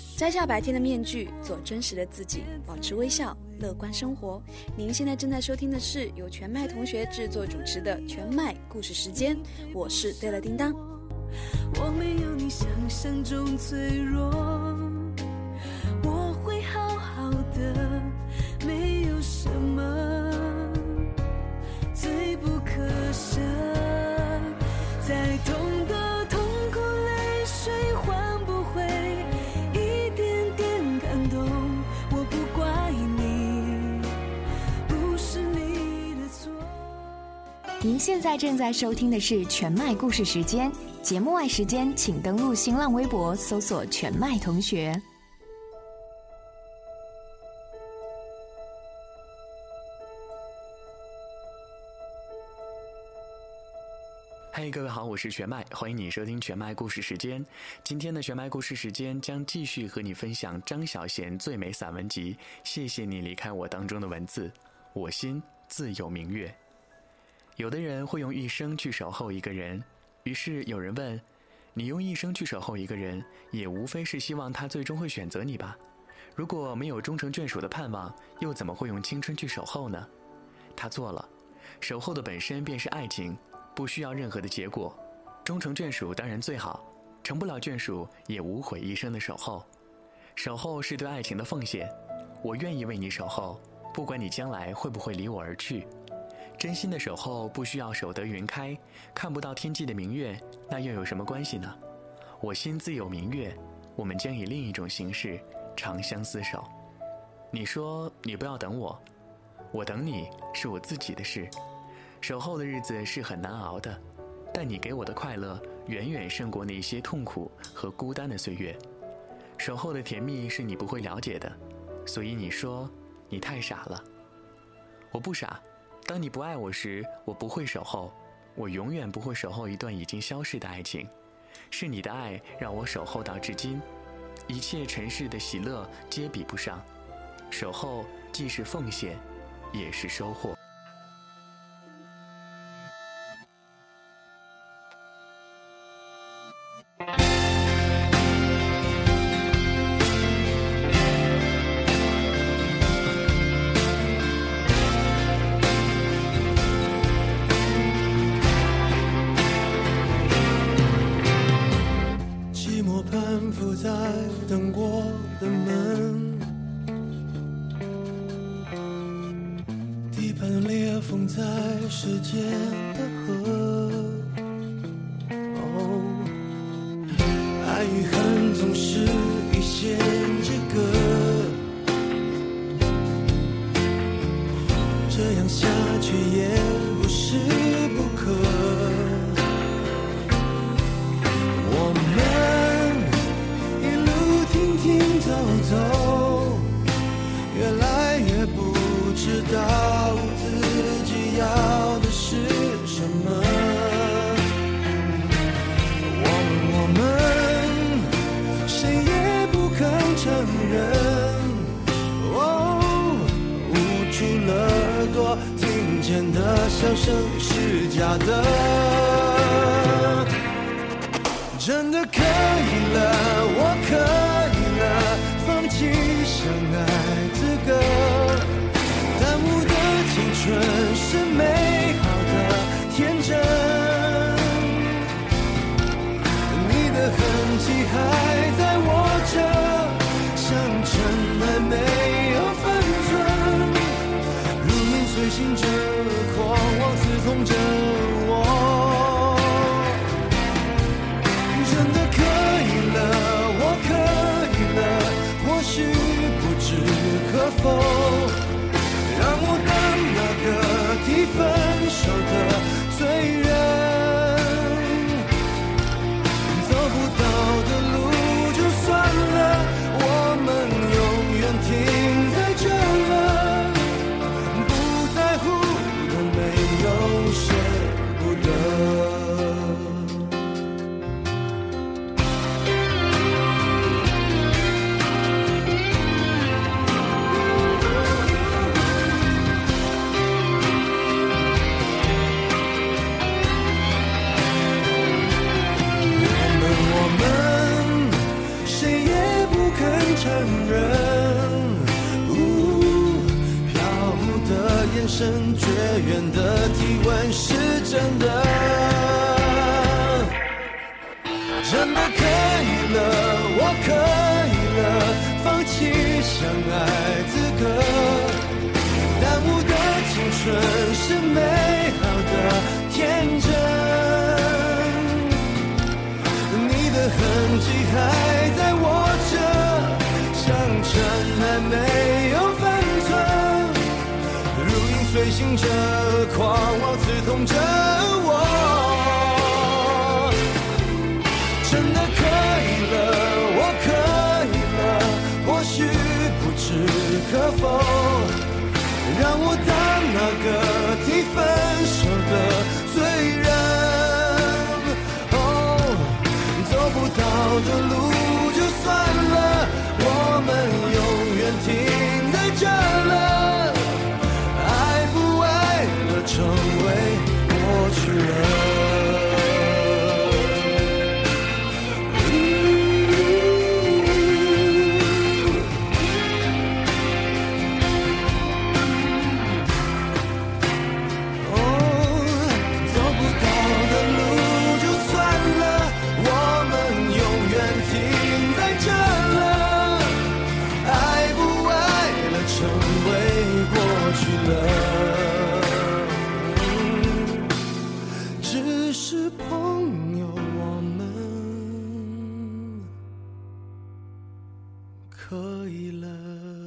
摘下白天的面具，做真实的自己，保持微笑，乐观生活。您现在正在收听的是由全麦同学制作主持的全麦故事时间，我是对了叮当。 我没有你想象中脆弱，我会好好的，没有什么最不可舍。再痛的痛苦泪水换不回一点点感动，我不怪你，不是你的错。 您现在正在收听的是全麦故事时间，节目外时间请登录新浪微博搜索全麦同学。 嗨，各位好，我是全麦，欢迎你收听全麦故事时间。今天的全麦故事时间将继续和你分享张小娴最美散文集《谢谢你离开我》当中的文字。我心自有明月。有的人会用一生去守候一个人，于是有人问，你用一生去守候一个人，也无非是希望他最终会选择你吧？如果没有终成眷属的盼望，又怎么会用青春去守候呢？他错了，守候的本身便是爱情，不需要任何的结果。终成眷属当然最好，成不了眷属也无悔一生的守候。守候是对爱情的奉献，我愿意为你守候，不管你将来会不会离我而去。真心的守候不需要守得云开，看不到天际的明月，那又有什么关系呢？我心自有明月，我们将以另一种形式长相厮守。你说你不要等我，我等你是我自己的事。守候的日子是很难熬的，但你给我的快乐远远胜过那些痛苦和孤单的岁月。守候的甜蜜是你不会了解的，所以你说你太傻了。我不傻，当你不爱我时，我不会守候，我永远不会守候一段已经消逝的爱情。是你的爱让我守候到至今，一切尘世的喜乐皆比不上。守候既是奉献，也是收获。 攀附在等过的门，地板的裂缝在时间的河。爱与恨总是一线之隔，这样下去也不是不可。走，越来越不知道自己要的是什么。我们谁也不肯承认，捂住了耳朵，听见的笑声是假的。真的可以了，我可以了，放弃相爱资格。耽误的青春是美好的天真，你的痕迹还在握着，像尘埃没有分寸，如影随形着，狂妄刺痛着我。真的可以了，我可以了，或许不置可否，让我当那个提分手的罪人。走不到的路就算了，我们永远停在这了，不在乎的没有舍不得。我们谁也不肯承认，飘忽的眼神，绝缘的体温是真的，真的可以了，我可以了，放弃相爱资格，耽误的青春是美好的天真，你的痕迹还在握着，像尘埃没有分寸，如影随形着，狂妄刺痛着我，真的可以了，我可以了，或许不置可否，让我当那个提分手的罪人，走不到的路就算了，我们永远停在这了，爱不爱了，成为过去了。只是朋友，我们可以了。